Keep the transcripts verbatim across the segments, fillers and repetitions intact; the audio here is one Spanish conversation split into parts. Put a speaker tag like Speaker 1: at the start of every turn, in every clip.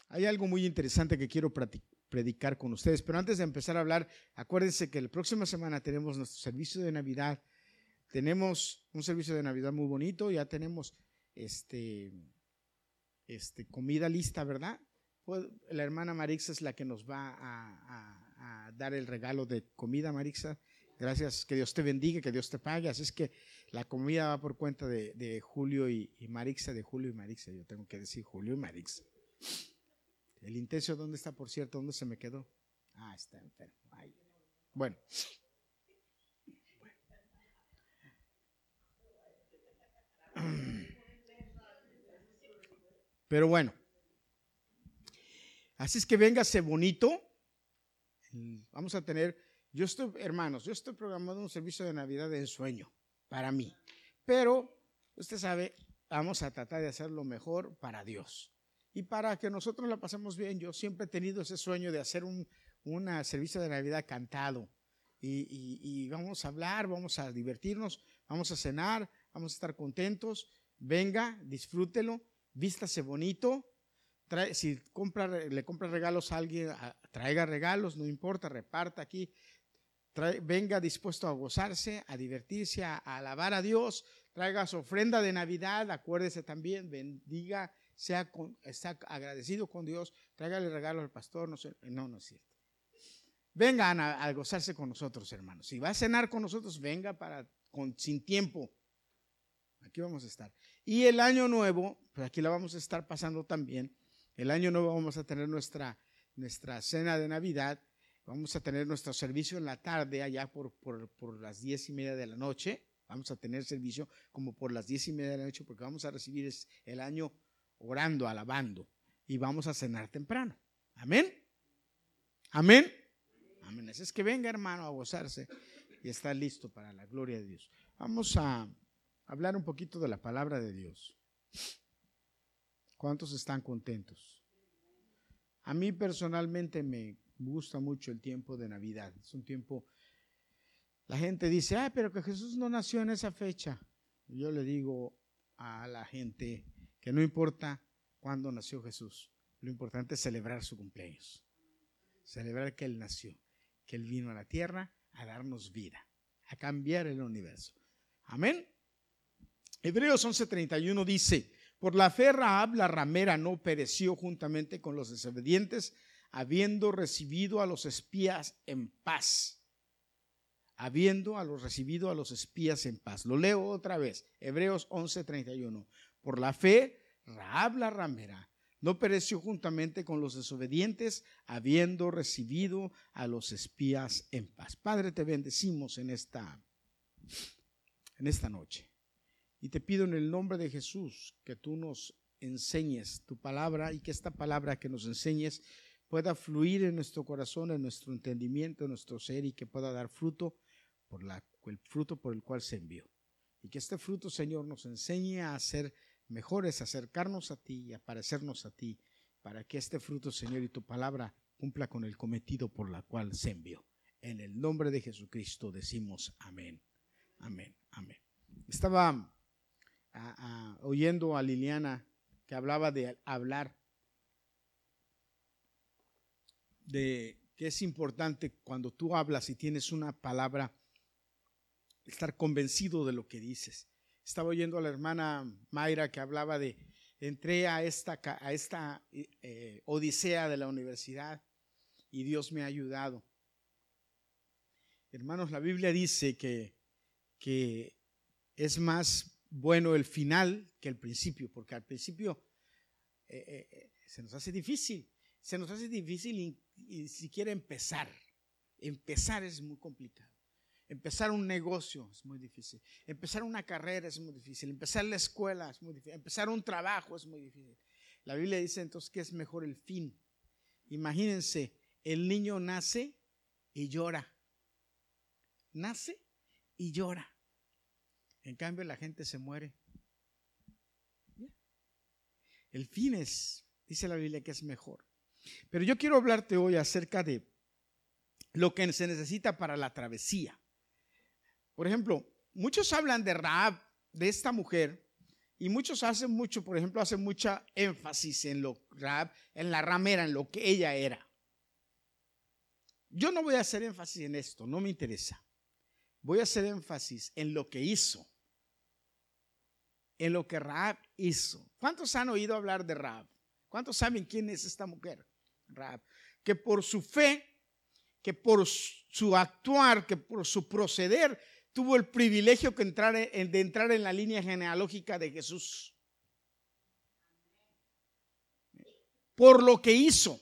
Speaker 1: Hay algo muy interesante que quiero predicar con ustedes, pero antes de empezar a hablar, acuérdense que la próxima semana tenemos nuestro servicio de Navidad. Tenemos un servicio de Navidad muy bonito, ya tenemos este, este, comida lista, ¿verdad? Pues la hermana Marixa es la que nos va a, a, a dar el regalo de comida, Marixa. Gracias, que Dios te bendiga, que Dios te pague. Así es que la comida va por cuenta de, de Julio y, y Marixa, de Julio y Marixa. Yo tengo que decir Julio y Marixa. El intenso, ¿dónde está, por cierto? ¿Dónde se me quedó? Ah, está enfermo. Ay. Bueno. Pero bueno. Así es que véngase bonito. Vamos a tener, yo estoy, hermanos, yo estoy programando un servicio de Navidad de ensueño para mí. Pero, usted sabe, vamos a tratar de hacerlo mejor para Dios. Y para que nosotros la pasemos bien, yo siempre he tenido ese sueño de hacer un una servicio de Navidad cantado. Y, y, y vamos a hablar, vamos a divertirnos, vamos a cenar, vamos a estar contentos. Venga, disfrútelo, vístase bonito. Trae, si compra, le compra regalos a alguien, traiga regalos, no importa, reparta aquí. Trae, venga dispuesto a gozarse, a divertirse, a, a alabar a Dios. Traiga su ofrenda de Navidad, acuérdese también, bendiga. Sea con, está agradecido con Dios, tráigale regalo al pastor, no, sé, no, no es cierto. Vengan a, a gozarse con nosotros, hermanos. Si va a cenar con nosotros, venga para con, sin tiempo. Aquí vamos a estar. Y el año nuevo, pues aquí la vamos a estar pasando también. El año nuevo vamos a tener nuestra, nuestra cena de Navidad. Vamos a tener nuestro servicio en la tarde, allá por, por, por las diez y media de la noche. Vamos a tener servicio como por las diez y media de la noche, porque vamos a recibir el año orando, alabando, y vamos a cenar temprano. Amén. Amén. Amén. Así es que venga, hermano, a gozarse y estar listo para la gloria de Dios. Vamos a hablar un poquito de la palabra de Dios. ¿Cuántos están contentos? A mí personalmente me gusta mucho el tiempo de Navidad. Es un tiempo, la gente dice, ah, pero que Jesús no nació en esa fecha. Yo le digo a la gente que no importa cuándo nació Jesús, lo importante es celebrar su cumpleaños, celebrar que Él nació, que Él vino a la tierra a darnos vida, a cambiar el universo. Amén. Hebreos once treinta y uno dice, por la fe Rahab la ramera no pereció juntamente con los desobedientes, habiendo recibido a los espías en paz. Habiendo a los recibido a los espías en paz. Lo leo otra vez, Hebreos once treinta y uno. Por la fe, Rahab la ramera no pereció juntamente con los desobedientes, habiendo recibido a los espías en paz. Padre, te bendecimos en esta, en esta noche. Y te pido en el nombre de Jesús que tú nos enseñes tu palabra y que esta palabra que nos enseñes pueda fluir en nuestro corazón, en nuestro entendimiento, en nuestro ser y que pueda dar fruto por la, el fruto por el cual se envió. Y que este fruto, Señor, nos enseñe a ser mejores, a acercarnos a ti y a parecernos a ti, para que este fruto, Señor, y tu palabra cumpla con el cometido por la cual se envió. En el nombre de Jesucristo decimos amén, amén, amén. Estaba a, a, oyendo a Liliana que hablaba de hablar, de que es importante cuando tú hablas y tienes una palabra, estar convencido de lo que dices. Estaba oyendo a la hermana Mayra que hablaba de, entré a esta, a esta eh, odisea de la universidad y Dios me ha ayudado. Hermanos, la Biblia dice que, que es más bueno el final que el principio, porque al principio eh, eh, se nos hace difícil, se nos hace difícil y, y siquiera empezar. Empezar es muy complicado. Empezar un negocio es muy difícil. Empezar una carrera es muy difícil. Empezar la escuela es muy difícil. Empezar un trabajo es muy difícil. La Biblia dice entonces que es mejor el fin. Imagínense, el niño nace y llora. Nace y llora. En cambio la gente se muere. El fin es, dice la Biblia, que es mejor. Pero yo quiero hablarte hoy acerca de lo que se necesita para la travesía. Por ejemplo, muchos hablan de Rahab, de esta mujer Y muchos hacen mucho, por ejemplo, hacen mucha énfasis en lo Rahab, en la ramera, en lo que ella era. Yo no voy a hacer énfasis en esto, no me interesa. Voy a hacer énfasis en lo que hizo. En lo que Rahab hizo. ¿Cuántos han oído hablar de Rahab? ¿Cuántos saben quién es esta mujer? Rahab. Que por su fe, que por su actuar, que por su proceder, tuvo el privilegio de entrar en, de entrar en la línea genealógica de Jesús. Por lo que hizo.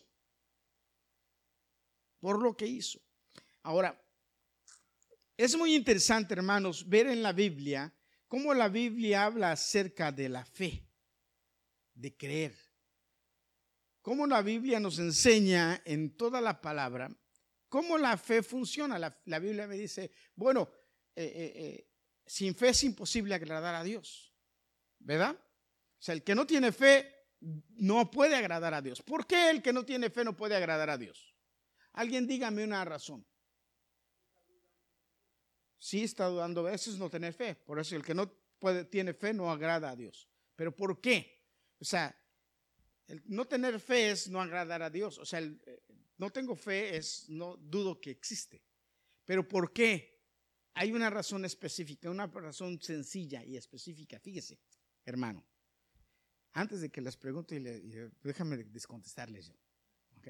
Speaker 1: Por lo que hizo. Ahora, es muy interesante, hermanos, ver en la Biblia cómo la Biblia habla acerca de la fe, de creer. Cómo la Biblia nos enseña en toda la palabra cómo la fe funciona. La, la Biblia me dice, bueno, eh, eh, eh, sin fe es imposible agradar a Dios, ¿verdad? O sea, el que no tiene fe no puede agradar a Dios. ¿Por qué el que no tiene fe no puede agradar a Dios? Alguien dígame una razón. Sí, está dudando, eso es no tener fe. Por eso el que no puede, tiene fe no agrada a Dios. ¿Pero por qué? O sea, el no tener fe es no agradar a Dios. O sea, el, no tengo fe es no dudo que existe. ¿Pero por qué? Hay una razón específica, una razón sencilla y específica. Fíjese, hermano, antes de que les pregunte, y le, y déjame descontestarles yo. ¿Okay?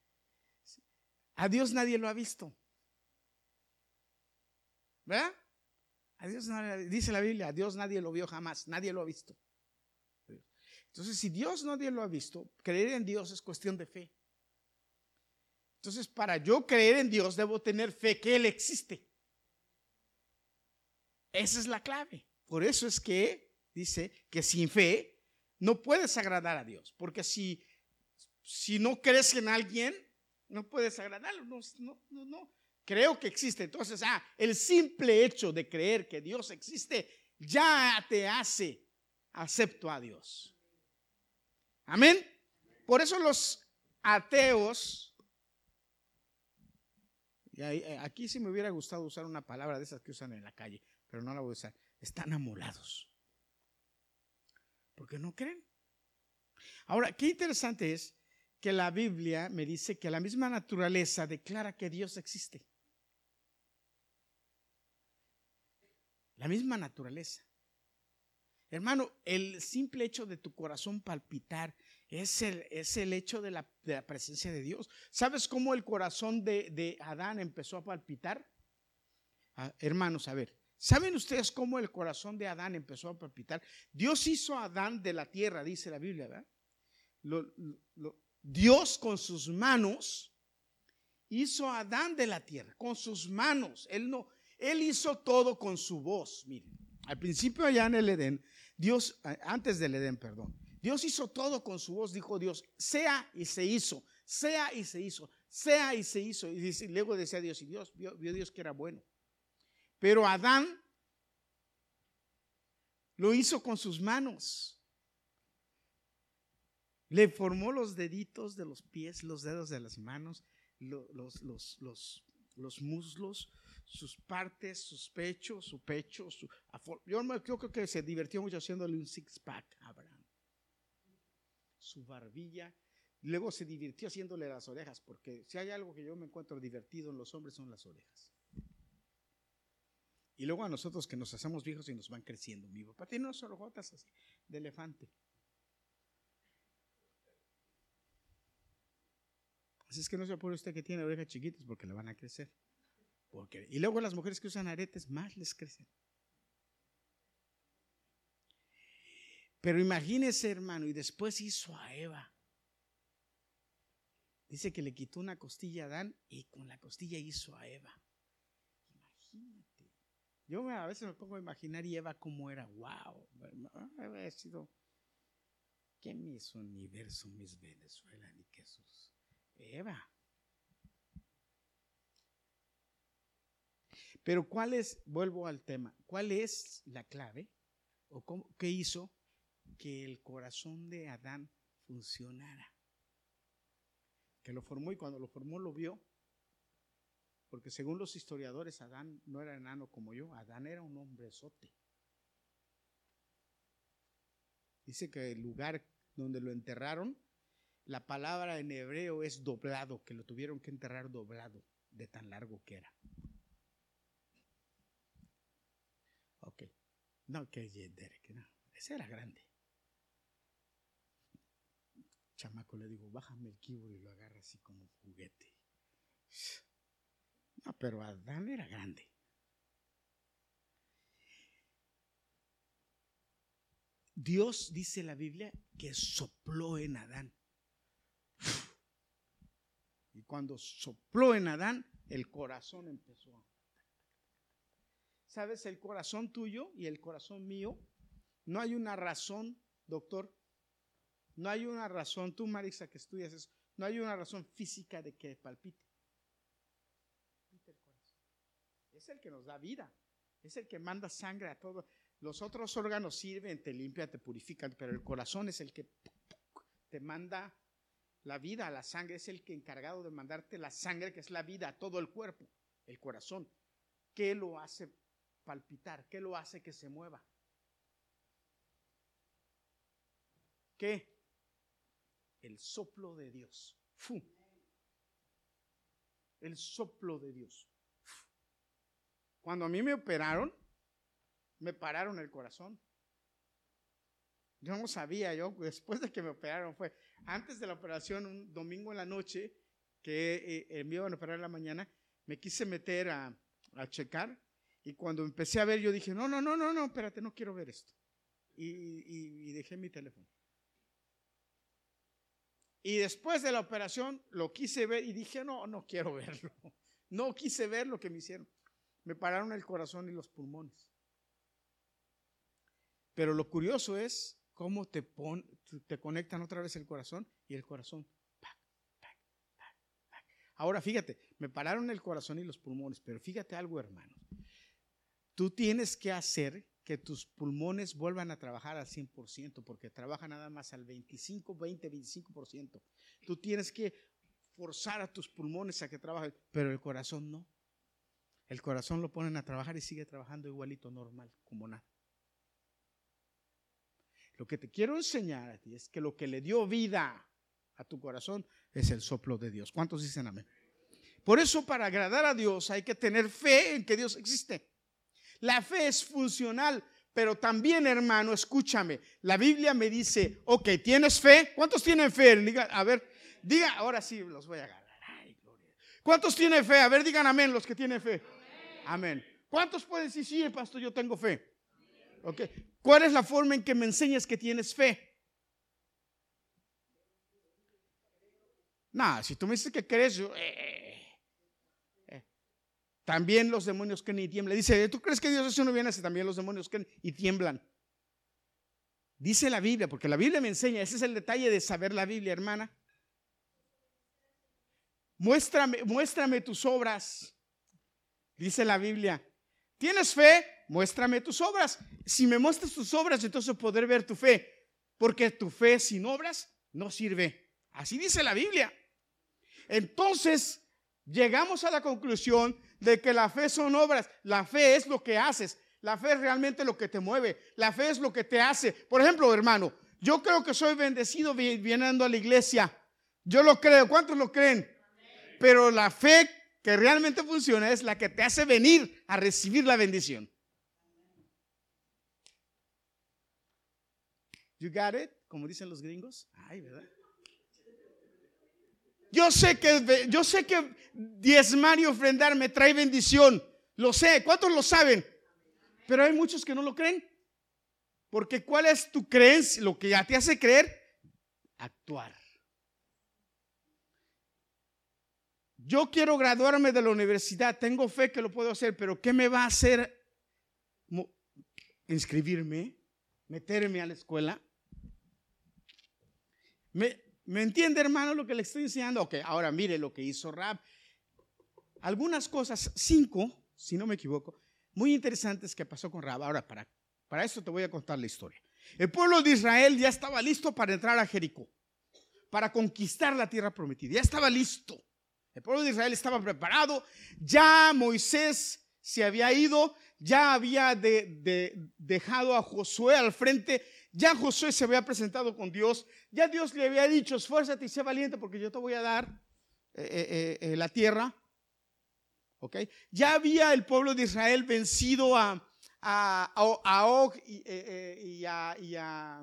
Speaker 1: A Dios nadie lo ha visto. ¿Verdad? A Dios nadie, dice la Biblia, a Dios nadie lo vio jamás, nadie lo ha visto. Entonces, si Dios nadie lo ha visto, creer en Dios es cuestión de fe. Entonces, para yo creer en Dios, debo tener fe que Él existe. Esa es la clave. Por eso es que dice que sin fe no puedes agradar a Dios. Porque si, si no crees en alguien, no puedes agradarlo. No, no, no, no. Creo que existe. Entonces, ah, el simple hecho de creer que Dios existe ya te hace acepto a Dios. Amén. Por eso los ateos, y ahí, aquí sí me hubiera gustado usar una palabra de esas que usan en la calle, pero no la voy a usar, están amolados. Porque no creen. Ahora, qué interesante es que la Biblia me dice que la misma naturaleza declara que Dios existe. La misma naturaleza. Hermano, el simple hecho de tu corazón palpitar es el, es el hecho de la, de la presencia de Dios. ¿Sabes cómo el corazón de, de Adán empezó a palpitar? Ah, hermanos, a ver, ¿saben ustedes cómo el corazón de Adán empezó a palpitar? Dios hizo a Adán de la tierra, dice la Biblia, ¿verdad? Lo, lo, Dios con sus manos hizo a Adán de la tierra, con sus manos. Él no, él hizo todo con su voz. Miren, al principio allá en el Edén, Dios, antes del Edén, perdón, Dios hizo todo con su voz. Dijo Dios, sea y se hizo, sea y se hizo, sea y se hizo. Y dice, luego decía Dios, y Dios vio, vio Dios que era bueno. Pero Adán lo hizo con sus manos. Le formó los deditos de los pies, los dedos de las manos, los, los, los, los, los muslos, sus partes, sus pechos, su pecho. Su, yo, yo creo que se divirtió mucho haciéndole un six pack a Abraham. Su barbilla. Luego se divirtió haciéndole las orejas, porque si hay algo que yo me encuentro divertido en los hombres son las orejas. Y luego a nosotros que nos hacemos viejos y nos van creciendo. Mi papá tiene unas orejotas así de elefante. Así es que no se apure usted que tiene orejas chiquitas porque le van a crecer. Porque, y luego las mujeres que usan aretes más les crecen. Pero imagínese, hermano, y después hizo a Eva. Dice que le quitó una costilla a Adán y con la costilla hizo a Eva. Imagínate. Yo me, a veces me pongo a imaginar y Eva cómo era. Wow. Había sido. ¿Qué mis universo, mis Venezuela, ni qué sus? Eva. Pero ¿cuál es, vuelvo al tema, cuál es la clave? ¿O cómo, qué hizo que el corazón de Adán funcionara? Que lo formó y cuando lo formó lo vio. Porque según los historiadores, Adán no era enano como yo, Adán era un hombrezote. Dice que el lugar donde lo enterraron, la palabra en hebreo es doblado, que lo tuvieron que enterrar doblado de tan largo que era. Ok. No, que Derek, no. Ese era grande. Chamaco, le digo, bájame el keyboard y lo agarra así como un juguete. No, pero Adán era grande. Dios, dice la Biblia, que sopló en Adán. Y cuando sopló en Adán, el corazón empezó a... ¿Sabes? El corazón tuyo y el corazón mío, no hay una razón, doctor, no hay una razón, tú Marisa que estudias eso, no hay una razón física de que palpite. Palpite el corazón. Es el que nos da vida, es el que manda sangre a todo. Los otros órganos sirven, te limpian, te purifican, pero el corazón es el que te manda la vida, la sangre, es el que encargado de mandarte la sangre, que es la vida a todo el cuerpo, el corazón. ¿Qué lo hace palpitar? ¿Qué lo hace que se mueva? ¿Qué? El soplo de Dios. ¡Fu! El soplo de Dios. ¡Fu! Cuando a mí me operaron, me pararon el corazón. Yo no sabía, yo después de que me operaron, fue antes de la operación, un domingo en la noche, que eh, me iban a operar en la mañana, me quise meter a, a checar, y cuando empecé a ver, yo dije, no, no, no, no, no, espérate, no quiero ver esto. Y, y, y dejé mi teléfono. Y después de la operación, lo quise ver y dije, no, no quiero verlo. No quise ver lo que me hicieron. Me pararon el corazón y los pulmones. Pero lo curioso es cómo te, pon, te conectan otra vez el corazón y el corazón. Pac, pac, pac, pac. Ahora fíjate, me pararon el corazón y los pulmones, pero fíjate algo, hermano. Tú tienes que hacer que tus pulmones vuelvan a trabajar al cien por ciento, porque trabajan nada más al veinticinco, veinte, veinticinco por ciento. Tú tienes que forzar a tus pulmones a que trabajen, pero el corazón no. El corazón lo ponen a trabajar y sigue trabajando igualito, normal, como nada. Lo que te quiero enseñar a ti es que lo que le dio vida a tu corazón es el soplo de Dios. ¿Cuántos dicen amén? Por eso, para agradar a Dios hay que tener fe en que Dios existe. La fe es funcional, pero también, hermano, escúchame, la Biblia me dice, ok, ¿tienes fe? ¿Cuántos tienen fe? Diga, a ver, diga, ahora sí los voy a agarrar. Ay, gloria. ¿Cuántos tienen fe? A ver, digan amén los que tienen fe. Amén. ¿Cuántos pueden decir, sí, pastor, yo tengo fe? Ok. ¿Cuál es la forma en que me enseñas que tienes fe? Nada, si tú me dices que crees, yo... Eh, También los demonios creen y tiemblan. Dice, ¿tú crees que Dios eso no viene así? También los demonios creen y tiemblan. Dice la Biblia, porque la Biblia me enseña. Ese es el detalle de saber la Biblia, hermana. Muéstrame, muéstrame tus obras. Dice la Biblia. ¿Tienes fe? Muéstrame tus obras. Si me muestras tus obras, entonces podré ver tu fe. Porque tu fe sin obras no sirve. Así dice la Biblia. Entonces llegamos a la conclusión de que la fe son obras. La fe es lo que haces. La fe es realmente lo que te mueve. La fe es lo que te hace. Por ejemplo, hermano, yo creo que soy bendecido viniendo a la iglesia. Yo lo creo. ¿Cuántos lo creen? Pero la fe que realmente funciona es la que te hace venir a recibir la bendición. You got it? Como dicen los gringos. Ay, ¿verdad? Yo sé que, yo sé que diezmar y ofrendar me trae bendición. Lo sé. ¿Cuántos lo saben? Pero hay muchos que no lo creen. Porque ¿cuál es tu creencia? Lo que ya te hace creer, actuar. Yo quiero graduarme de la universidad. Tengo fe que lo puedo hacer. Pero ¿qué me va a hacer? ¿Inscribirme? ¿Meterme a la escuela? ¿Me, ¿me entiende, hermano, lo que le estoy enseñando? Ok, ahora mire lo que hizo Rahab. Algunas cosas, cinco, si no me equivoco, muy interesantes que pasó con Rahab. Ahora, para, para esto te voy a contar la historia. El pueblo de Israel ya estaba listo para entrar a Jericó, para conquistar la tierra prometida. Ya estaba listo. El pueblo de Israel estaba preparado. Ya Moisés se había ido. Ya había de, de, dejado a Josué al frente. Ya Josué se había presentado con Dios, ya Dios le había dicho, esfuérzate y sé valiente porque yo te voy a dar eh, eh, eh, la tierra. ¿Okay? Ya había el pueblo de Israel vencido a, a, a, a Og y, eh, y, a, y a,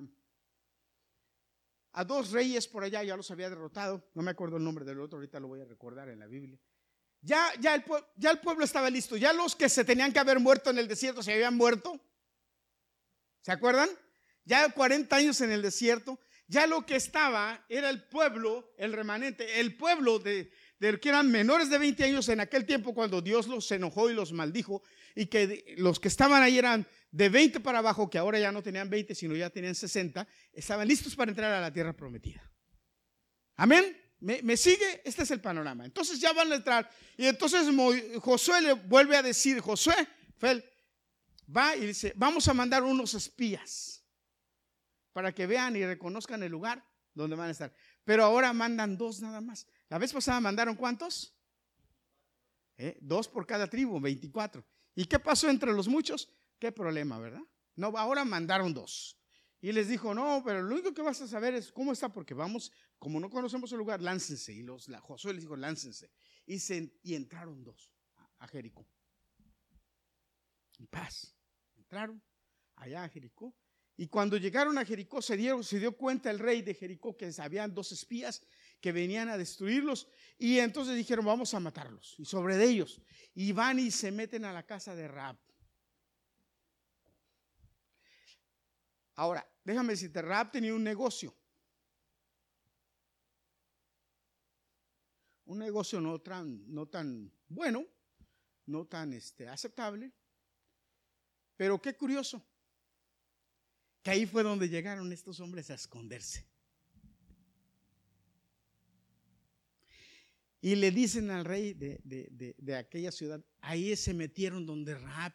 Speaker 1: a dos reyes por allá, ya los había derrotado. No me acuerdo el nombre del otro, ahorita lo voy a recordar en la Biblia. Ya, ya, el, ya el pueblo estaba listo, ya los que se tenían que haber muerto en el desierto se habían muerto. ¿Se acuerdan? Ya cuarenta años en el desierto, ya lo que estaba era el pueblo, el remanente, el pueblo de, de que eran menores de veinte años en aquel tiempo cuando Dios los enojó y los maldijo, y que los que estaban ahí eran de veinte para abajo, que ahora ya no tenían veinte sino ya tenían sesenta, estaban listos para entrar a la tierra prometida. Amén. ¿Me, me sigue? Este es el panorama. Entonces ya van a entrar, y entonces Josué le vuelve a decir, Josué, Fel, va y dice, vamos a mandar unos espías para que vean y reconozcan el lugar donde van a estar. Pero ahora mandan dos nada más. La vez pasada mandaron ¿cuántos? ¿Eh? Dos por cada tribu, veinticuatro. ¿Y qué pasó entre los muchos? ¿Qué problema, verdad? No, ahora mandaron dos. Y les dijo, no, pero lo único que vas a saber es cómo está, porque vamos, como no conocemos el lugar, láncense. Y los, la, Josué les dijo, láncense. Y, se, y entraron dos a, a Jericó. En paz. Entraron allá a Jericó. Y cuando llegaron a Jericó se dio, se dio cuenta el rey de Jericó que habían dos espías que venían a destruirlos, y entonces dijeron vamos a matarlos, y sobre de ellos, y van y se meten a la casa de Rahab. Ahora, déjame decirte, Rahab tenía un negocio, un negocio no tan, no tan bueno, no tan este, aceptable, pero qué curioso, que ahí fue donde llegaron estos hombres a esconderse. Y le dicen al rey de, de, de, de aquella ciudad, ahí se metieron donde Rahab.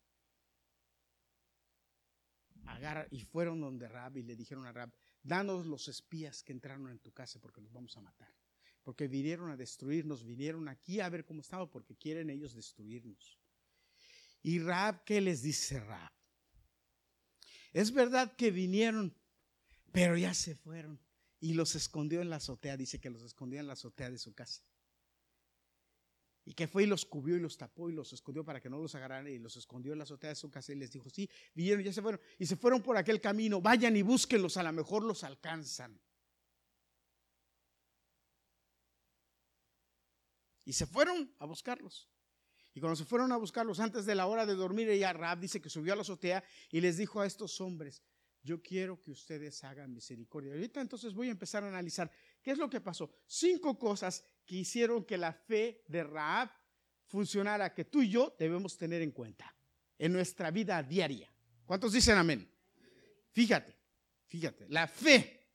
Speaker 1: Agarra, y fueron donde Rahab y le dijeron a Rahab, danos los espías que entraron en tu casa porque los vamos a matar. Porque vinieron a destruirnos, vinieron aquí a ver cómo estaba porque quieren ellos destruirnos. Y Rahab, ¿qué les dice Rahab? Es verdad que vinieron, pero ya se fueron. Y los escondió en la azotea, dice que los escondió en la azotea de su casa. Y que fue y los cubrió y los tapó y los escondió para que no los agarraran, y los escondió en la azotea de su casa y les dijo, sí, vinieron, ya se fueron. Y se fueron por aquel camino, vayan y búsquenlos, a lo mejor los alcanzan. Y se fueron a buscarlos. Y cuando se fueron a buscarlos antes de la hora de dormir, ella, Rahab, dice que subió a la azotea y les dijo a estos hombres, yo quiero que ustedes hagan misericordia. Ahorita entonces voy a empezar a analizar qué es lo que pasó. Cinco cosas que hicieron que la fe de Rahab funcionara, que tú y yo debemos tener en cuenta en nuestra vida diaria. ¿Cuántos dicen amén? Fíjate, fíjate, la fe.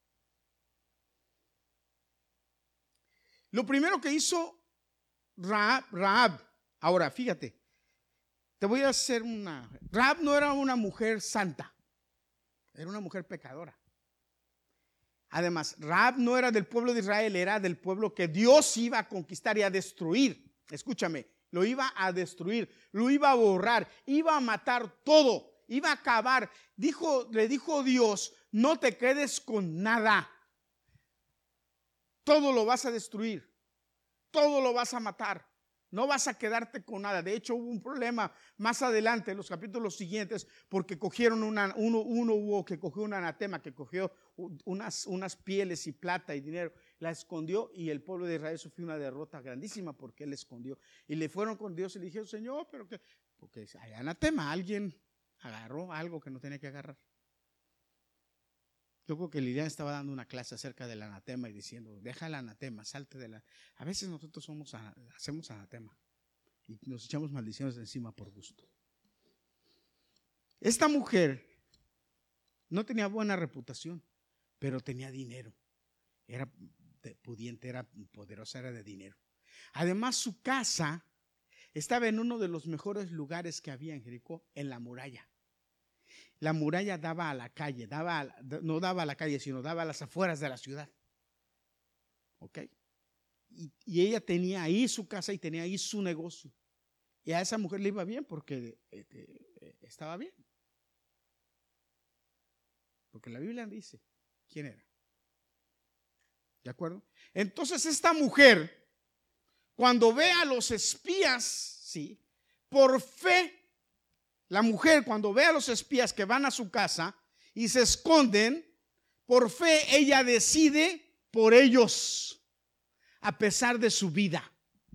Speaker 1: Lo primero que hizo Rahab, Rahab ahora fíjate, te voy a hacer una, Rahab no era una mujer santa, era una mujer pecadora. Además, Rahab no era del pueblo de Israel, era del pueblo que Dios iba a conquistar y a destruir. Escúchame, lo iba a destruir, lo iba a borrar, iba a matar todo, iba a acabar. Dijo, le dijo Dios, no te quedes con nada. Todo lo vas a destruir, todo lo vas a matar. No vas a quedarte con nada. De hecho, hubo un problema más adelante en los capítulos siguientes porque cogieron una, uno, uno hubo que cogió un anatema, que cogió unas, unas pieles y plata y dinero, la escondió, y el pueblo de Israel sufrió una derrota grandísima porque él escondió. Y le fueron con Dios y le dijeron, Señor, pero que, porque hay anatema, alguien agarró algo que no tenía que agarrar. Yo creo que Liliana estaba dando una clase acerca del anatema y diciendo, deja el anatema, salte de la... A veces nosotros somos, hacemos anatema y nos echamos maldiciones encima por gusto. Esta mujer no tenía buena reputación, pero tenía dinero. Era pudiente, era poderosa, era de dinero. Además, su casa estaba en uno de los mejores lugares que había en Jericó, en la muralla. La muralla daba a la calle, daba a, no daba a la calle, sino daba a las afueras de la ciudad. ¿Ok? Y, y ella tenía ahí su casa y tenía ahí su negocio. Y a esa mujer le iba bien porque eh, eh, estaba bien. porque la Biblia dice quién era. ¿De acuerdo? Entonces esta mujer, cuando ve a los espías, sí, por fe, la mujer cuando ve a los espías que van a su casa y se esconden, por fe ella decide por ellos, a pesar de su vida.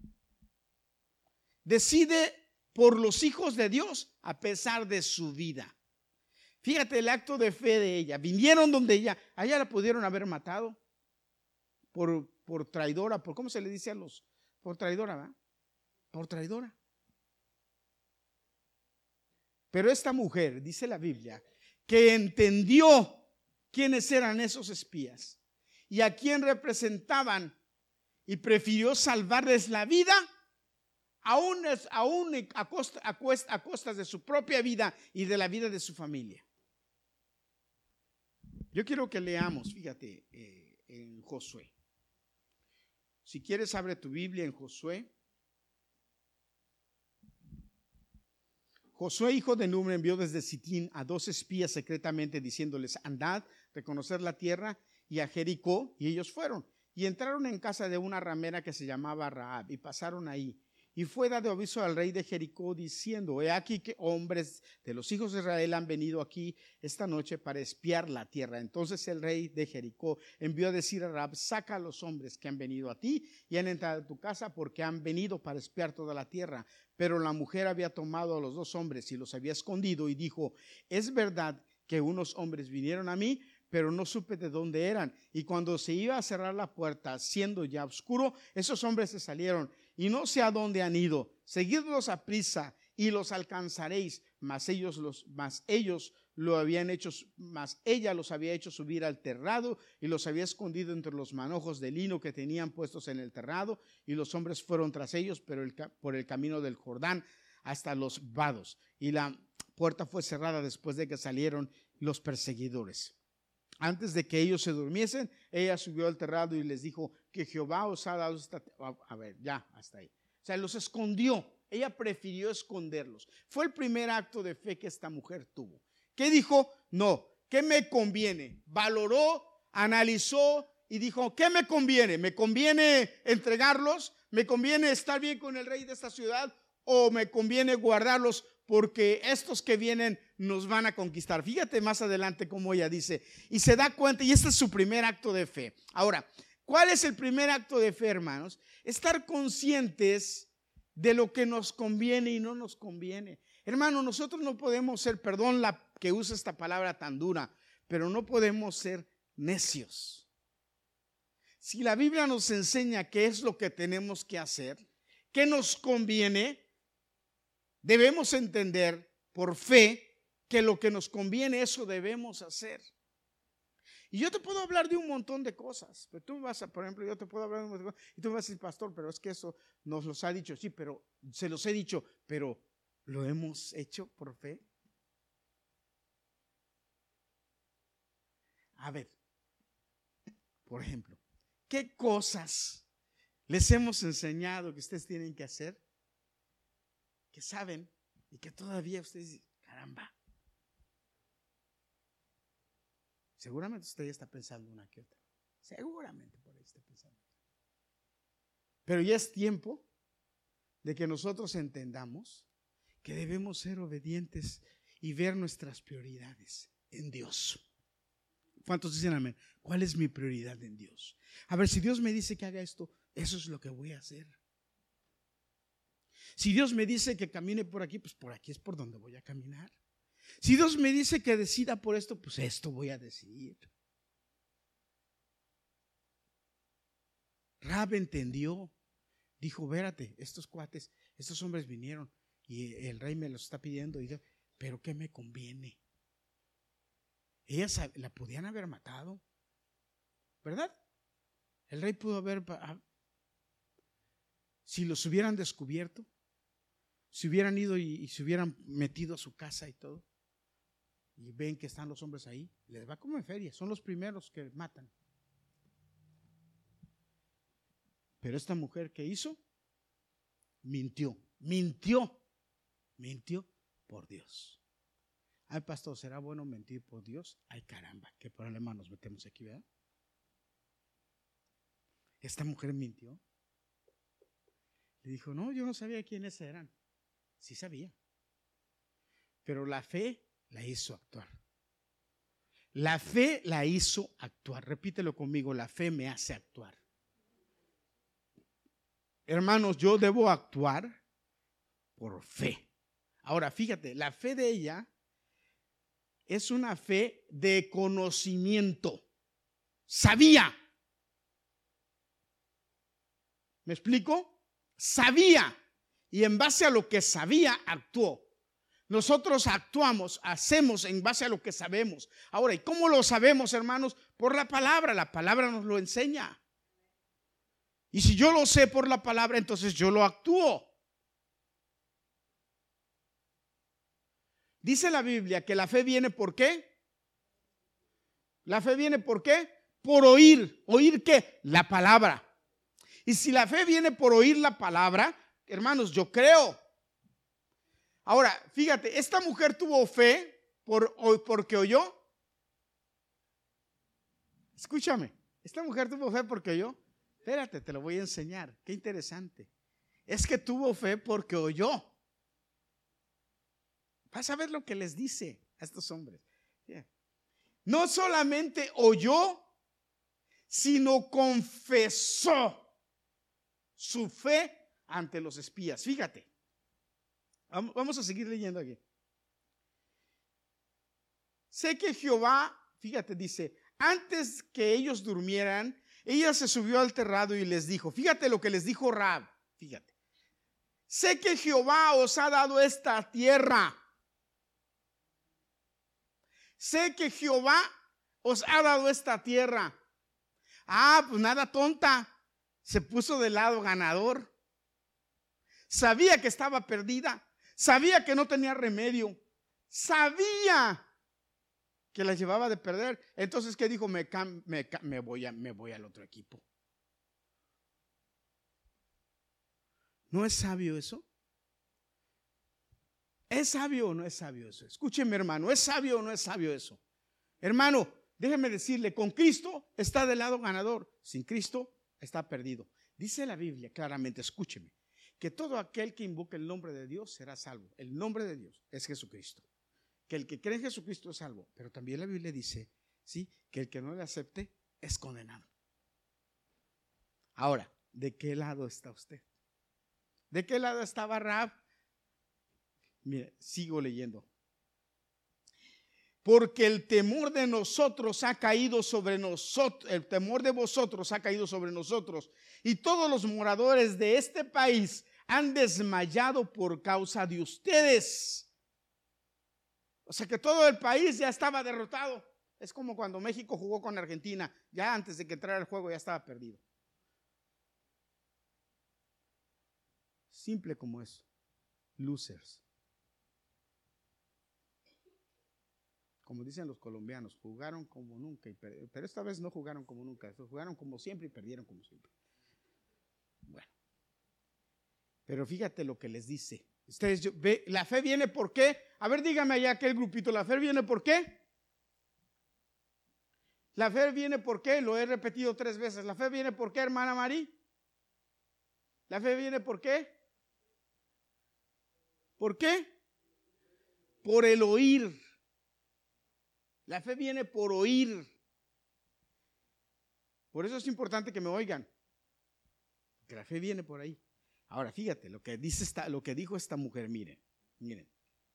Speaker 1: Decide por los hijos de Dios a pesar de su vida. Fíjate el acto de fe de ella. Vinieron donde ella, a ella la pudieron haber matado por, por traidora, por cómo se le dice a los, por traidora, ¿verdad? Por traidora. Pero esta mujer, dice la Biblia, que entendió quiénes eran esos espías y a quién representaban y prefirió salvarles la vida, aún, aún a, costa, a, cuesta, a costas de su propia vida y de la vida de su familia. Yo quiero que leamos, fíjate, eh, en Josué. Si quieres, abre tu Biblia en Josué. Josué, hijo de Nun, envió desde Sitín a dos espías secretamente, diciéndoles: andad, reconocer la tierra y a Jericó. Y ellos fueron y entraron en casa de una ramera que se llamaba Rahab y pasaron ahí. Y fue dado aviso al rey de Jericó diciendo: he aquí que hombres de los hijos de Israel han venido aquí esta noche para espiar la tierra. Entonces el rey de Jericó envió a decir a Rahab: saca a los hombres que han venido a ti y han entrado a tu casa, porque han venido para espiar toda la tierra. Pero la mujer había tomado a los dos hombres y los había escondido y dijo: es verdad que unos hombres vinieron a mí, pero no supe de dónde eran. Y cuando se iba a cerrar la puerta, siendo ya oscuro, esos hombres se salieron y no sé a dónde han ido. Seguidlos a prisa y los alcanzaréis. Mas ellos los, mas ellos lo habían hecho, mas ella los había hecho subir al terrado y los había escondido entre los manojos de lino que tenían puestos en el terrado. Y los hombres fueron tras ellos, pero el, por el camino del Jordán hasta los vados. Y la puerta fue cerrada después de que salieron los perseguidores. Antes de que ellos se durmiesen, ella subió al terrado y les dijo: que Jehová os ha dado esta... A ver, ya, hasta ahí. O sea, los escondió. Ella prefirió esconderlos. Fue el primer acto de fe que esta mujer tuvo. ¿Qué dijo? No, ¿qué me conviene? Valoró, analizó y dijo: ¿qué me conviene? ¿Me conviene entregarlos? ¿Me conviene estar bien con el rey de esta ciudad? ¿O me conviene guardarlos porque estos que vienen nos van a conquistar? Fíjate más adelante cómo ella dice, y se da cuenta, y este es su primer acto de fe. Ahora, ¿cuál es el primer acto de fe, hermanos? Estar conscientes de lo que nos conviene y no nos conviene. Hermano, nosotros no podemos ser, perdón la que use esta palabra tan dura, pero no podemos ser necios. Si la Biblia nos enseña qué es lo que tenemos que hacer, qué nos conviene, debemos entender por fe que lo que nos conviene, eso debemos hacer. Y yo te puedo hablar de un montón de cosas, pero tú vas a, por ejemplo, yo te puedo hablar de un montón de cosas y tú me vas a decir: pastor, pero es que eso nos los ha dicho. Sí, pero se los he dicho, pero ¿lo hemos hecho por fe? A ver, por ejemplo, ¿qué cosas les hemos enseñado que ustedes tienen que hacer, que saben y que todavía ustedes dicen: caramba? Seguramente usted ya está pensando una que otra. Seguramente por ahí está pensando. Pero ya es tiempo de que nosotros entendamos que debemos ser obedientes y ver nuestras prioridades en Dios. ¿Cuántos dicen amén? ¿Cuál es mi prioridad en Dios? A ver, si Dios me dice que haga esto, eso es lo que voy a hacer. Si Dios me dice que camine por aquí, pues por aquí es por donde voy a caminar. Si Dios me dice que decida por esto, pues esto voy a decidir. Rahab entendió, dijo: vérate, estos cuates, estos hombres vinieron y el rey me los está pidiendo, y yo, pero ¿qué me conviene? Ellas la podían haber matado, ¿verdad? El rey pudo haber, si los hubieran descubierto, si hubieran ido y, y se hubieran metido a su casa y todo, y ven que están los hombres ahí, les va como en feria, son los primeros que matan. Pero esta mujer, ¿qué hizo? Mintió, mintió, mintió por Dios. Ay, pastor, ¿será bueno mentir por Dios? Ay, caramba, qué problema nos metemos aquí, ¿verdad? Esta mujer mintió. Le dijo, no, yo no sabía quiénes eran. Sí sabía. Pero la fe la hizo actuar. La fe la hizo actuar. Repítelo conmigo, la fe me hace actuar. Hermanos, yo debo actuar por fe. Ahora, fíjate, la fe de ella es una fe de conocimiento. Sabía. ¿Me explico? Sabía. Y en base a lo que sabía, actuó. Nosotros actuamos, hacemos en base a lo que sabemos. Ahora, ¿y cómo lo sabemos, hermanos? Por la palabra. La palabra nos lo enseña. Y si yo lo sé por la palabra, entonces yo lo actúo. Dice la Biblia que la fe viene ¿por qué? La fe viene ¿por qué? Por oír. ¿Oír qué? La palabra. Y si la fe viene por oír la palabra, hermanos, yo creo. Ahora, fíjate, esta mujer tuvo fe por, porque oyó. Escúchame, esta mujer tuvo fe porque oyó. Espérate, te lo voy a enseñar. Qué interesante. Es que tuvo fe porque oyó. Vas a ver lo que les dice a estos hombres. No solamente oyó, sino confesó su fe ante los espías. Fíjate. Vamos a seguir leyendo aquí. Sé que Jehová, fíjate, dice, antes que ellos durmieran, ella se subió al terrado y les dijo, fíjate lo que les dijo Rahab, fíjate. Sé que Jehová os ha dado esta tierra. Sé que Jehová os ha dado esta tierra. Ah, pues nada tonta. Se puso del lado ganador. Sabía que estaba perdida. Sabía que no tenía remedio. Sabía que la llevaba de perder. Entonces, ¿qué dijo? Me, me, me, voy a, me voy al otro equipo. ¿No es sabio eso? ¿Es sabio o no es sabio eso? Escúcheme, hermano, ¿es sabio o no es sabio eso? Hermano, déjeme decirle, con Cristo está del lado ganador. Sin Cristo está perdido. Dice la Biblia claramente, escúcheme, que todo aquel que invoque el nombre de Dios será salvo. El nombre de Dios es Jesucristo. Que el que cree en Jesucristo es salvo. Pero también la Biblia dice, ¿sí?, que el que no le acepte es condenado. Ahora, ¿de qué lado está usted? ¿De qué lado estaba Rahab? Mire, sigo leyendo. Porque el temor de nosotros ha caído sobre nosotros, el temor de vosotros ha caído sobre nosotros, y todos los moradores de este país han desmayado por causa de ustedes. O sea que todo el país ya estaba derrotado. Es como cuando México jugó con Argentina, ya antes de que entrara el juego ya estaba perdido. Simple como eso. Losers. Como dicen los colombianos, jugaron como nunca, y per- pero esta vez no jugaron como nunca, jugaron como siempre y perdieron como siempre. Bueno, pero fíjate lo que les dice. Ustedes, yo, ve, la fe viene ¿por qué? A ver, dígame allá aquel grupito, ¿la fe viene por qué? La fe viene ¿por qué? Lo he repetido tres veces. ¿La fe viene por qué, hermana Mari? ¿La fe viene por qué? ¿Por qué? Por el oír. La fe viene por oír. Por eso es importante que me oigan. Que la fe viene por ahí. Ahora, fíjate lo que dice esta, lo que dijo esta mujer, miren, miren.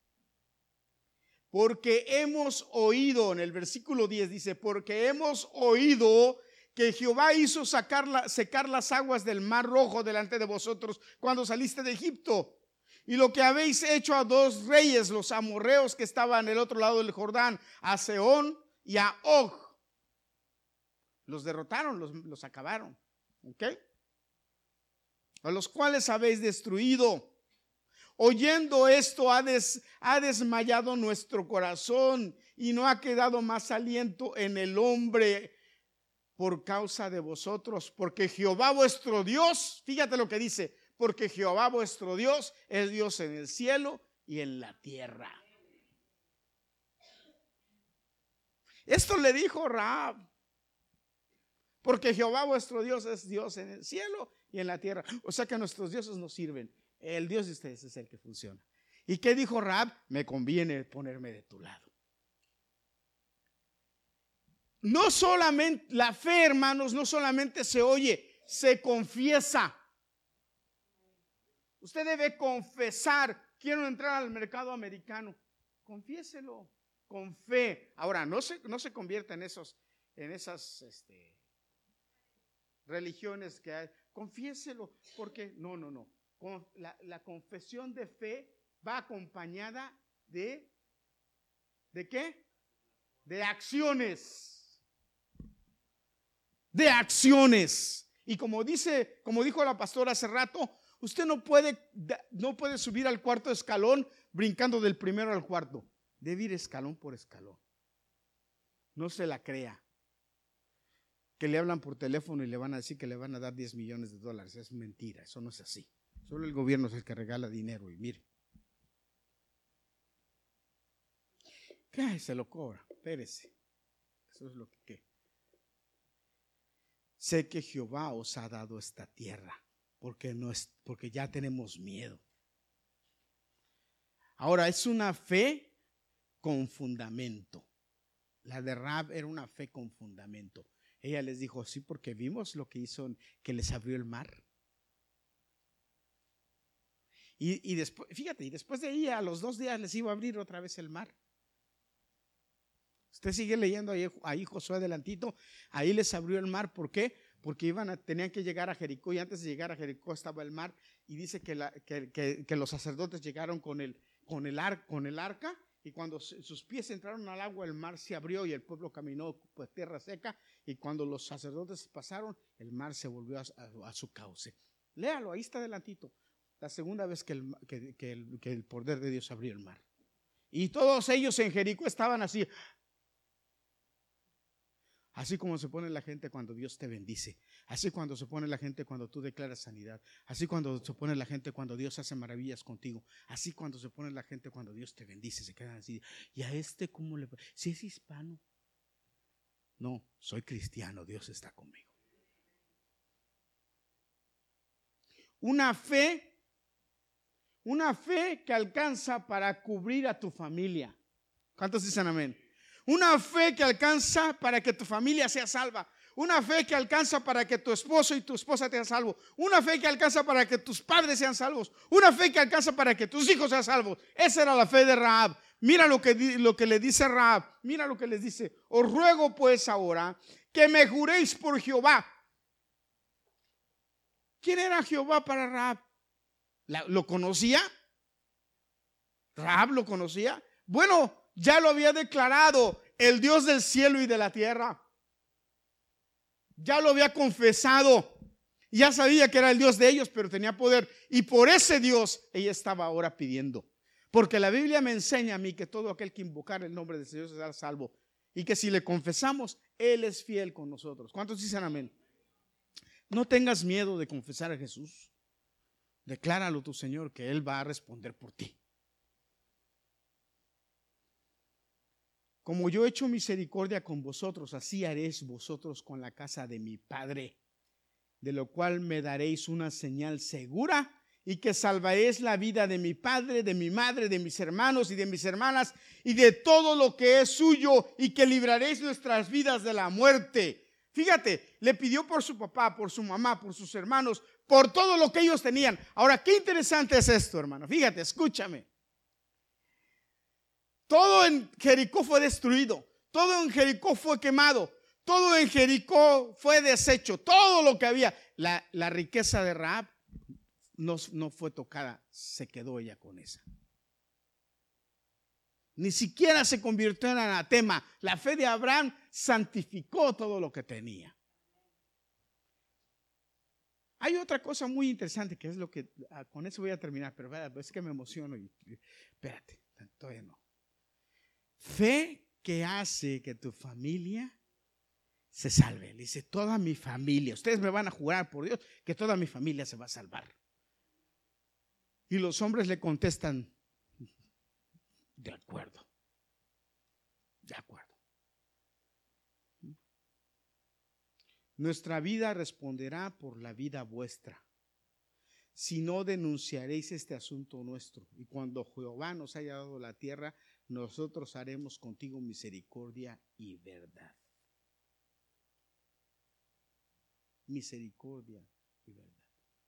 Speaker 1: Porque hemos oído, en el versículo diez dice, porque hemos oído que Jehová hizo sacar la, secar las aguas del mar rojo delante de vosotros cuando saliste de Egipto. Y lo que habéis hecho a dos reyes, los amorreos que estaban en el otro lado del Jordán, a Sehón y a Og. Los derrotaron, los, los acabaron. ¿Ok? A los cuales habéis destruido. Oyendo esto ha, des, ha desmayado nuestro corazón y no ha quedado más aliento en el hombre por causa de vosotros. Porque Jehová vuestro Dios, fíjate lo que dice, porque Jehová vuestro Dios es Dios en el cielo y en la tierra. Esto le dijo Rahab. Porque Jehová vuestro Dios es Dios en el cielo y en la tierra. O sea que nuestros dioses no sirven. El Dios de ustedes es el que funciona. ¿Y qué dijo Rahab? Me conviene ponerme de tu lado. No solamente, la fe, hermanos, no solamente se oye, se confiesa. Usted debe confesar, quiero entrar al mercado americano. Confiéselo con fe. Ahora, no se, no se convierta en esos, en esas este, religiones que hay. Confiéselo, porque no, no, no. Con, la, la confesión de fe va acompañada de, ¿de qué? De acciones. De acciones. Y como dice, como dijo la pastora hace rato, usted no puede, no puede subir al cuarto escalón brincando del primero al cuarto. Debe ir escalón por escalón. No se la crea. Que le hablan por teléfono y le van a decir que le van a dar diez millones de dólares. Es mentira, eso no es así. Solo el gobierno es el que regala dinero y mire. ¿Qué? Se lo cobra, espérese. Eso es lo que ¿qué? Sé que Jehová os ha dado esta tierra, porque, no es, porque ya tenemos miedo. Ahora, es una fe con fundamento. La de Rahab era una fe con fundamento. Ella les dijo, sí, porque vimos lo que hizo, que les abrió el mar. Y, y después, fíjate, y después de ahí a los dos días les iba a abrir otra vez el mar. Usted sigue leyendo ahí, ahí Josué adelantito, ahí les abrió el mar. ¿Por qué? Porque iban a, tenían que llegar a Jericó, y antes de llegar a Jericó estaba el mar, y dice que, la, que, que, que los sacerdotes llegaron con el, con, el ar, con el arca, y cuando sus pies entraron al agua, el mar se abrió y el pueblo caminó por tierra seca, y cuando los sacerdotes pasaron, el mar se volvió a, a, a su cauce. Léalo, ahí está adelantito, la segunda vez que el, que, que, el, que el poder de Dios abrió el mar. Y todos ellos en Jericó estaban así. Así como se pone la gente cuando Dios te bendice. Así cuando se pone la gente cuando tú declaras sanidad. Así cuando se pone la gente cuando Dios hace maravillas contigo. Así cuando se pone la gente cuando Dios te bendice. Se quedan así. ¿Y a este cómo le? Si es hispano. No, soy cristiano. Dios está conmigo. Una fe. Una fe que alcanza para cubrir a tu familia. ¿Cuántos dicen amén? Una fe que alcanza para que tu familia sea salva. Una fe que alcanza para que tu esposo y tu esposa sean salvos. Una fe que alcanza para que tus padres sean salvos. Una fe que alcanza para que tus hijos sean salvos. Esa era la fe de Rahab. Mira lo que, lo que le dice Rahab. Mira lo que les dice. Os ruego pues ahora que me juréis por Jehová. ¿Quién era Jehová para Rahab? ¿Lo conocía? ¿Rahab lo conocía? Bueno, ya lo había declarado el Dios del cielo y de la tierra. Ya lo había confesado. Ya sabía que era el Dios de ellos, pero tenía poder. Y por ese Dios ella estaba ahora pidiendo. Porque la Biblia me enseña a mí que todo aquel que invocar el nombre del Señor será salvo. Y que si le confesamos, Él es fiel con nosotros. ¿Cuántos dicen amén? No tengas miedo de confesar a Jesús. Decláralo tu Señor, que Él va a responder por ti. Como yo he hecho misericordia con vosotros, así haréis vosotros con la casa de mi Padre, de lo cual me daréis una señal segura, y que salvaréis la vida de mi padre, de mi madre, de mis hermanos y de mis hermanas, y de todo lo que es suyo, y que libraréis nuestras vidas de la muerte. Fíjate, le pidió por su papá, por su mamá, por sus hermanos, por todo lo que ellos tenían. Ahora, qué interesante es esto, hermano. Fíjate, escúchame. Todo en Jericó fue destruido, todo en Jericó fue quemado, todo en Jericó fue deshecho, todo lo que había. La, la riqueza de Rahab no, no fue tocada, se quedó ella con esa. Ni siquiera se convirtió en anatema. La fe de Abraham santificó todo lo que tenía. Hay otra cosa muy interesante que es lo que, con eso voy a terminar, pero es que me emociono y espérate, todavía no. Fe que hace que tu familia se salve. Le dice, toda mi familia, ustedes me van a jurar por Dios que toda mi familia se va a salvar. Y los hombres le contestan, de acuerdo, de acuerdo. Nuestra vida responderá por la vida vuestra. Si no, denunciaréis este asunto nuestro. Y cuando Jehová nos haya dado la tierra, nosotros haremos contigo misericordia y verdad. Misericordia y verdad.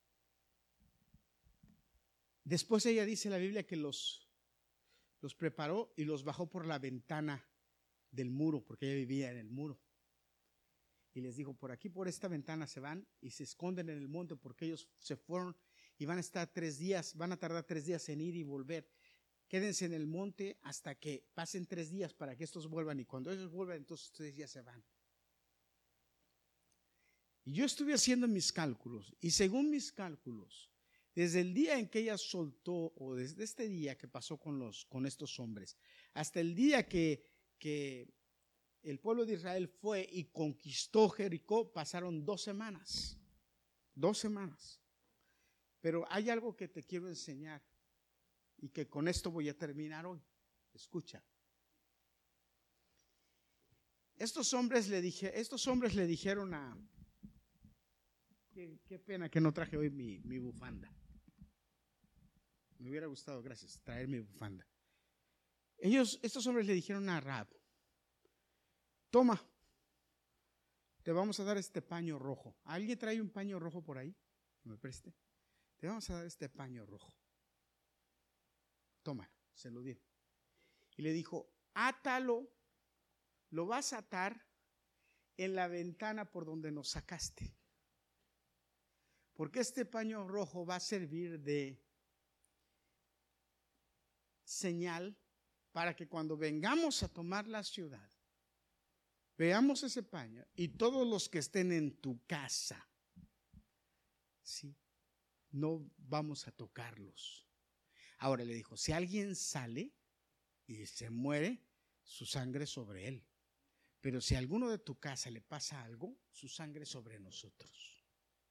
Speaker 1: Después ella dice en la Biblia que los, los preparó y los bajó por la ventana del muro, porque ella vivía en el muro. Y les dijo, por aquí, por esta ventana se van y se esconden en el monte, porque ellos se fueron y van a estar tres días, van a tardar tres días en ir y volver. Quédense en el monte hasta que pasen tres días para que estos vuelvan, y cuando ellos vuelvan, entonces ustedes ya se van. Y yo estuve haciendo mis cálculos, y según mis cálculos, desde el día en que ella soltó, o desde este día que pasó con, los, con estos hombres, hasta el día que, que el pueblo de Israel fue y conquistó Jericó, pasaron dos semanas. Dos semanas. Pero hay algo que te quiero enseñar, y que con esto voy a terminar hoy. Escucha. Estos hombres le dije, estos hombres le dijeron a, qué, qué pena que no traje hoy mi, mi bufanda. Me hubiera gustado, gracias, traer mi bufanda. Ellos, estos hombres le dijeron a Rahab, toma, te vamos a dar este paño rojo. ¿Alguien trae un paño rojo por ahí? ¿Me preste? Te vamos a dar este paño rojo. Tómalo, se lo dieron. Y le dijo, átalo, lo vas a atar en la ventana por donde nos sacaste. Porque este paño rojo va a servir de señal para que cuando vengamos a tomar la ciudad, veamos ese paño y todos los que estén en tu casa, ¿sí?, no vamos a tocarlos. Ahora le dijo, si alguien sale y se muere, su sangre sobre él. Pero si a alguno de tu casa le pasa algo, su sangre sobre nosotros.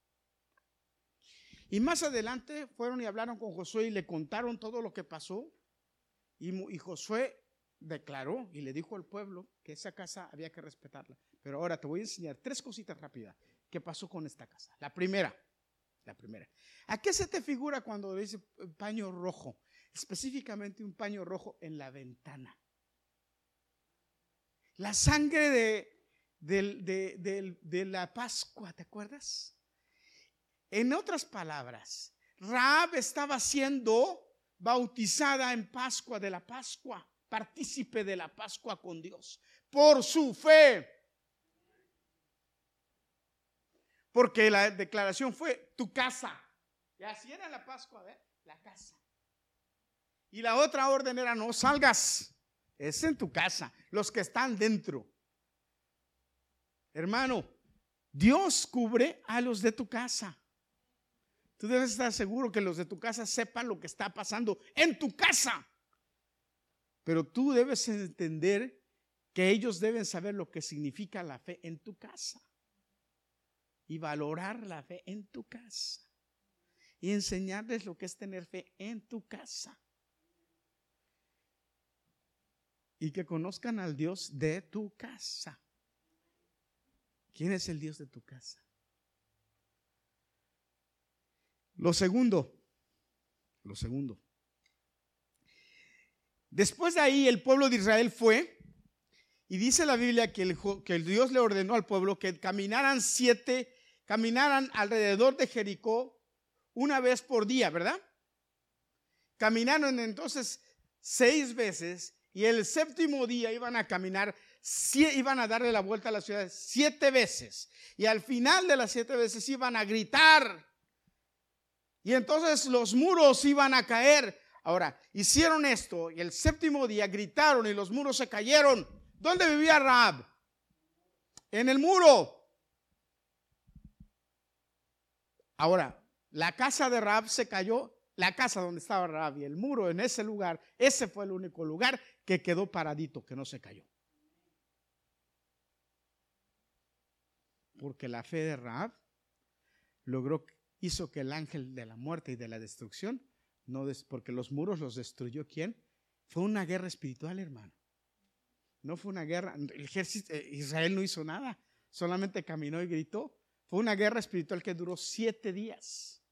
Speaker 1: Y más adelante fueron y hablaron con Josué y le contaron todo lo que pasó. Y, y Josué declaró y le dijo al pueblo que esa casa había que respetarla. Pero ahora te voy a enseñar tres cositas rápidas que pasó con esta casa. La primera, la primera. ¿A qué se te figura cuando dice paño rojo? Específicamente un paño rojo en la ventana. La sangre de, de, de, de, de la Pascua, ¿te acuerdas? En otras palabras, Rahab estaba siendo bautizada en Pascua, de la Pascua, partícipe de la Pascua con Dios, por su fe. Porque la declaración fue tu casa. Y así era la Pascua, ¿eh? La casa. Y la otra orden era no salgas, es en tu casa, los que están dentro. Hermano, Dios cubre a los de tu casa. Tú debes estar seguro que los de tu casa sepan lo que está pasando en tu casa. Pero tú debes entender que ellos deben saber lo que significa la fe en tu casa. Y valorar la fe en tu casa. Y enseñarles lo que es tener fe en tu casa. Y que conozcan al Dios de tu casa. ¿Quién es el Dios de tu casa? Lo segundo, lo segundo. Después de ahí el pueblo de Israel fue, y dice la Biblia que el, que el Dios le ordenó al pueblo que caminaran siete, caminaran alrededor de Jericó una vez por día, ¿verdad? Caminaron entonces seis veces y el séptimo día iban a caminar, iban a darle la vuelta a la ciudad siete veces. Y al final de las siete veces iban a gritar. Y entonces los muros iban a caer. Ahora, hicieron esto y el séptimo día gritaron y los muros se cayeron. ¿Dónde vivía Rahab? En el muro. Ahora, la casa de Rahab se cayó, la casa donde estaba Rahab y el muro en ese lugar, ese fue el único lugar que quedó paradito, que no se cayó. Porque la fe de Rahab logró, hizo que el ángel de la muerte y de la destrucción, no des, porque los muros los destruyó ¿quién? Fue una guerra espiritual, hermano. No fue una guerra, el ejército, Israel no hizo nada. solamente caminó y gritó. Fue una guerra espiritual que duró siete días.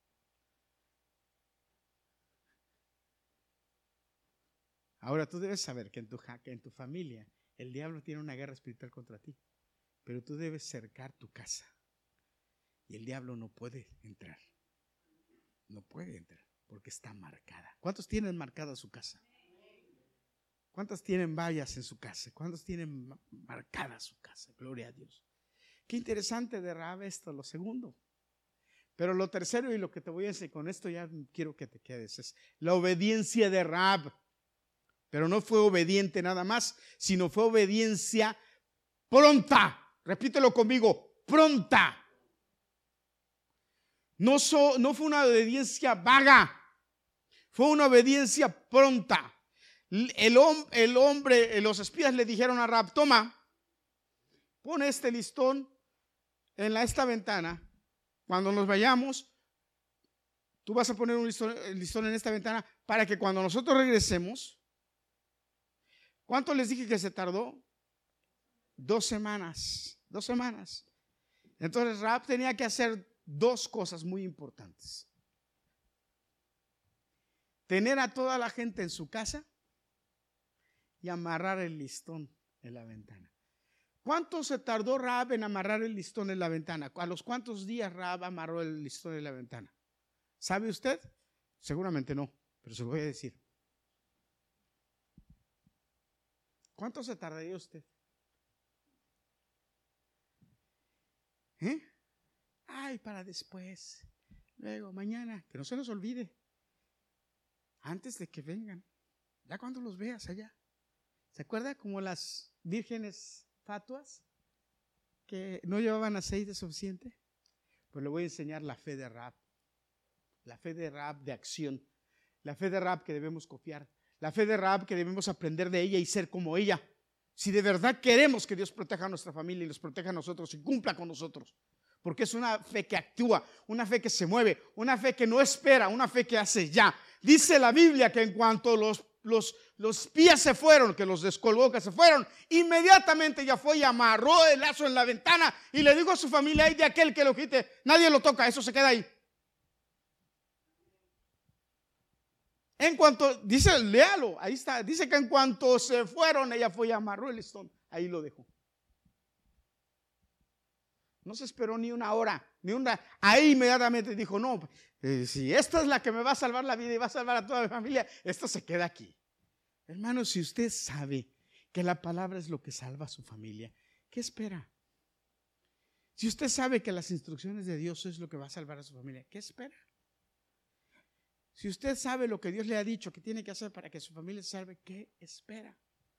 Speaker 1: Ahora tú debes saber que en tu, que en tu familia el diablo tiene una guerra espiritual contra ti, pero tú debes cercar tu casa y el diablo no puede entrar. No puede entrar porque está marcada. ¿Cuántos tienen marcada su casa? ¿Cuántos tienen vallas en su casa? ¿Cuántos tienen marcada su casa? Gloria a Dios. Qué interesante de Rahab esto, lo segundo. Pero lo tercero y lo que te voy a decir, con esto ya quiero que te quedes, es la obediencia de Rahab. Pero no fue obediente nada más, sino fue obediencia pronta. Repítelo conmigo, pronta. No, so, no fue una obediencia vaga, fue una obediencia pronta. El, el hombre, los espías le dijeron a Rahab, toma, pon este listón en la, esta ventana. Cuando nos vayamos, tú vas a poner un listón, el listón en esta ventana para que cuando nosotros regresemos, ¿cuánto les dije que se tardó? Dos semanas, dos semanas. Entonces Rahab tenía que hacer dos cosas muy importantes. Tener a toda la gente en su casa y amarrar el listón en la ventana. ¿Cuánto se tardó Rahab en amarrar el listón en la ventana? ¿A los cuántos días Rahab amarró el listón en la ventana? ¿Sabe usted? Seguramente no, pero se lo voy a decir. ¿Cuánto se tardaría usted? ¿Eh? Ay, para después. Luego, mañana, que no se nos olvide. Antes de que vengan. Ya cuando los veas allá. ¿Se acuerda como las vírgenes fatuas que no llevaban aceite suficiente? Pues le voy a enseñar la fe de Rahab. La fe de Rahab de acción. La fe de Rahab que debemos confiar. La fe de Rahab que debemos aprender de ella y ser como ella. Si de verdad queremos que Dios proteja a nuestra familia y nos proteja a nosotros y cumpla con nosotros. Porque es una fe que actúa, una fe que se mueve, una fe que no espera, una fe que hace ya. Dice la Biblia que en cuanto los, los, los espías se fueron, que los descolgó, que se fueron, inmediatamente ya fue y amarró el lazo en la ventana y le dijo a su familia, ay de aquel que lo quite, nadie lo toca, eso se queda ahí. En cuanto, dice, léalo, ahí está, dice que en cuanto se fueron, ella fue y amarró el listón, ahí lo dejó. No se esperó ni una hora, ni una, ahí inmediatamente dijo, no, eh, si esta es la que me va a salvar la vida y va a salvar a toda mi familia, esto se queda aquí. Hermano, si usted sabe que la palabra es lo que salva a su familia, ¿qué espera? Si usted sabe que las instrucciones de Dios es lo que va a salvar a su familia, ¿qué espera? Si usted sabe lo que Dios le ha dicho que tiene que hacer para que su familia se salve, ¿qué espera?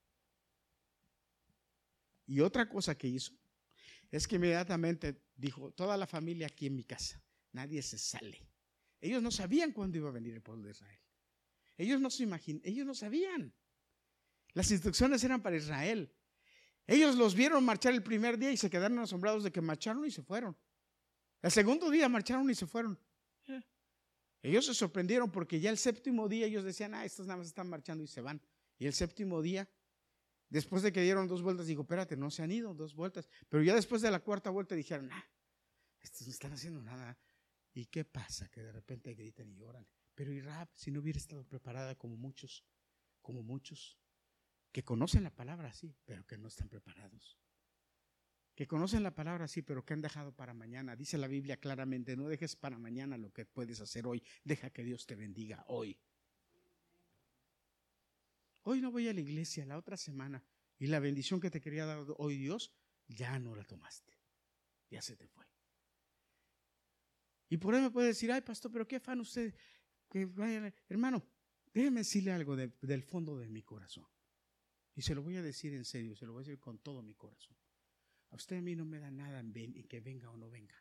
Speaker 1: Y otra cosa que hizo es que inmediatamente dijo, toda la familia aquí en mi casa, nadie se sale. Ellos no sabían cuándo iba a venir el pueblo de Israel. Ellos no se imaginan, ellos no sabían. Las instrucciones eran para Israel. Ellos los vieron marchar el primer día y se quedaron asombrados de que marcharon y se fueron. El segundo día marcharon y se fueron. Ellos se sorprendieron porque ya el séptimo día ellos decían, ah, estos nada más están marchando y se van. Y el séptimo día, después de que dieron dos vueltas, dijo, espérate, no se han ido dos vueltas. Pero ya después de la cuarta vuelta dijeron, ah, estos no están haciendo nada. ¿Y qué pasa? Que de repente gritan y lloran. Pero y Rahab, si no hubiera estado preparada como muchos, como muchos, que conocen la palabra así, pero que no están preparados. Que conocen la palabra así, pero que han dejado para mañana. Dice la Biblia claramente, no dejes para mañana lo que puedes hacer hoy. Deja que Dios te bendiga hoy. Hoy no voy a la iglesia, la otra semana. Y la bendición que te quería dar hoy Dios, ya no la tomaste. Ya se te fue. Y por ahí me puede decir, ay pastor, pero qué afán usted. Que vaya, hermano, déjeme decirle algo de, del fondo de mi corazón. Y se lo voy a decir en serio, se lo voy a decir con todo mi corazón. A usted a mí no me da nada en, ven, en que venga o no venga.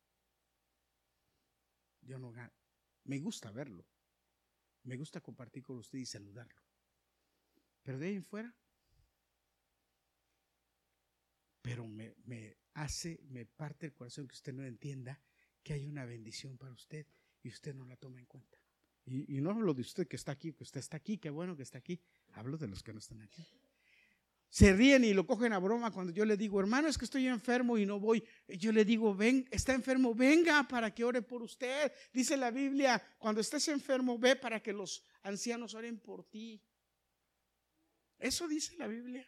Speaker 1: Yo no gano. Me gusta verlo. Me gusta compartir con usted y saludarlo. Pero de ahí en fuera, pero me, me hace, me parte el corazón que usted no entienda que hay una bendición para usted y usted no la toma en cuenta. Y, y no hablo de usted que está aquí, que usted está aquí, qué bueno que está aquí. Hablo de los que no están aquí. Se ríen y lo cogen a broma cuando yo le digo, hermano, es que estoy enfermo y no voy. Yo le digo, ven, está enfermo, venga para que ore por usted. Dice la Biblia, cuando estés enfermo, ve para que los ancianos oren por ti. Eso dice la Biblia.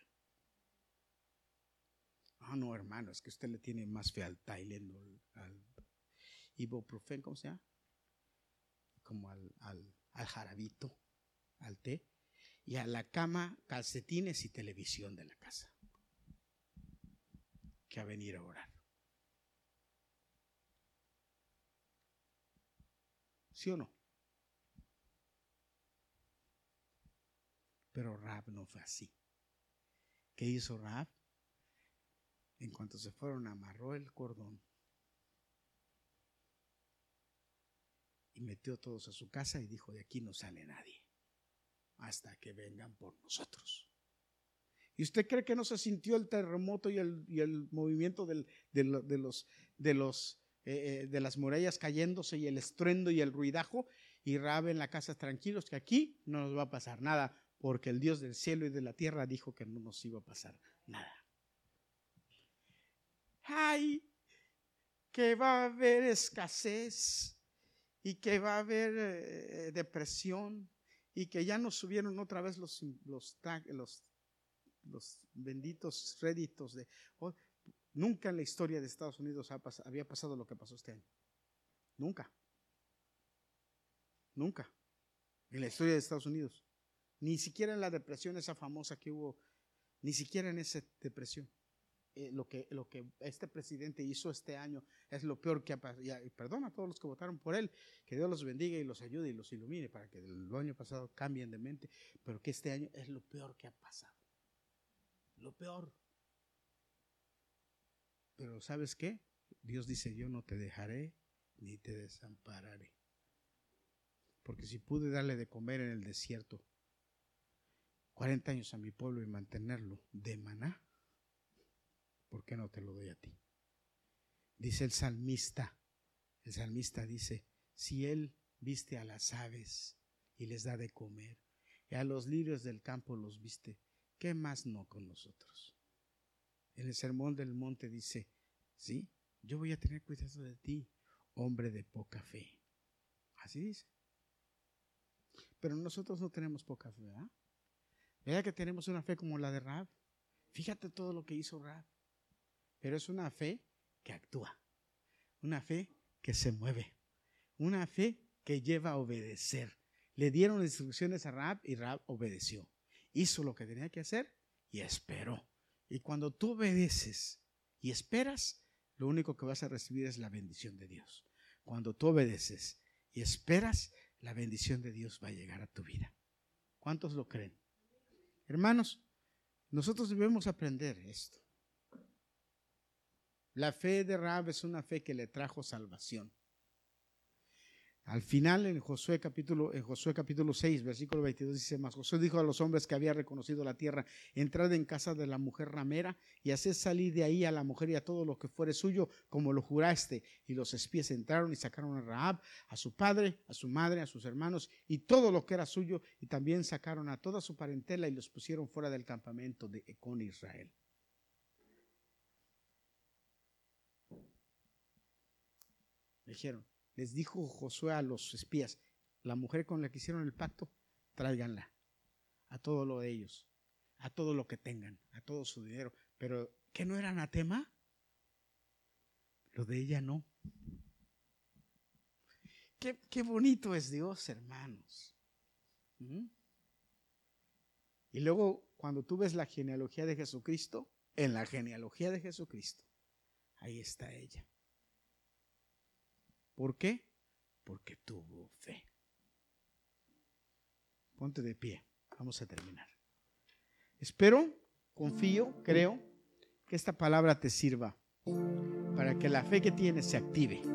Speaker 1: Ah, no, hermano, es que usted le tiene más fe al Tylenol, al ibuprofeno, ¿cómo se llama? Como al, al, al jarabito, al té. Y a la cama, calcetines y televisión de la casa, que a venir a orar. ¿Sí o no? Pero Rahab no fue así. ¿Qué hizo Rahab? En cuanto se fueron, amarró el cordón y metió todos a su casa y dijo, de aquí no sale nadie hasta que vengan por nosotros. ¿Y usted cree que no se sintió el terremoto y el, y el movimiento del, de, lo, de, los, de, los, eh, de las murallas cayéndose y el estruendo y el ruidajo? Y Rahab en la casa, tranquilos que aquí no nos va a pasar nada, porque el Dios del cielo y de la tierra dijo que no nos iba a pasar nada. Ay, que va a haber escasez y que va a haber eh, depresión. Y que ya nos subieron otra vez los, los, los, los benditos réditos de oh, nunca en la historia de Estados Unidos ha pas, había pasado lo que pasó este año. Nunca. Nunca. En la historia de Estados Unidos. Ni siquiera en la depresión esa famosa que hubo, ni siquiera en esa depresión. Eh, lo, que, lo que este presidente hizo este año es lo peor que ha pasado. Y perdón a todos los que votaron por él, que Dios los bendiga y los ayude y los ilumine para que el año pasado cambien de mente, pero que este año es lo peor que ha pasado. Lo peor. Pero ¿sabes qué? Dios dice, yo no te dejaré ni te desampararé. Porque si pude darle de comer en el desierto cuarenta años a mi pueblo y mantenerlo de maná, ¿por qué no te lo doy a ti? Dice el salmista, el salmista dice, si él viste a las aves y les da de comer, y a los lirios del campo los viste, ¿qué más no con nosotros? En el sermón del monte dice, sí, yo voy a tener cuidado de ti, hombre de poca fe. Así dice. Pero nosotros no tenemos poca fe, ¿verdad? ¿Verdad que tenemos una fe como la de Rahab? Fíjate todo lo que hizo Rahab. Pero es una fe que actúa, una fe que se mueve, una fe que lleva a obedecer. Le dieron instrucciones a Rahab y Rahab obedeció. Hizo lo que tenía que hacer y esperó. Y cuando tú obedeces y esperas, lo único que vas a recibir es la bendición de Dios. Cuando tú obedeces y esperas, la bendición de Dios va a llegar a tu vida. ¿Cuántos lo creen? Hermanos, nosotros debemos aprender esto. La fe de Rahab es una fe que le trajo salvación. Al final en Josué capítulo, en Josué capítulo seis, versículo veintidós dice más, Josué dijo a los hombres que había reconocido la tierra, entrad en casa de la mujer ramera y haced salir de ahí a la mujer y a todo lo que fuere suyo, como lo juraste. Y los espías entraron y sacaron a Rahab, a su padre, a su madre, a sus hermanos y todo lo que era suyo, y también sacaron a toda su parentela y los pusieron fuera del campamento de con Israel. Dijeron, les dijo Josué a los espías, la mujer con la que hicieron el pacto, tráiganla, a todo lo de ellos, a todo lo que tengan, a todo su dinero. Pero, ¿qué no era anatema? Lo de ella no. Qué, qué bonito es Dios, hermanos. ¿Mm? Y luego, cuando tú ves la genealogía de Jesucristo, en la genealogía de Jesucristo, ahí está ella. ¿Por qué? Porque tuvo fe. Ponte de pie. Vamos a terminar. Espero, confío, creo que esta palabra te sirva para que la fe que tienes se active.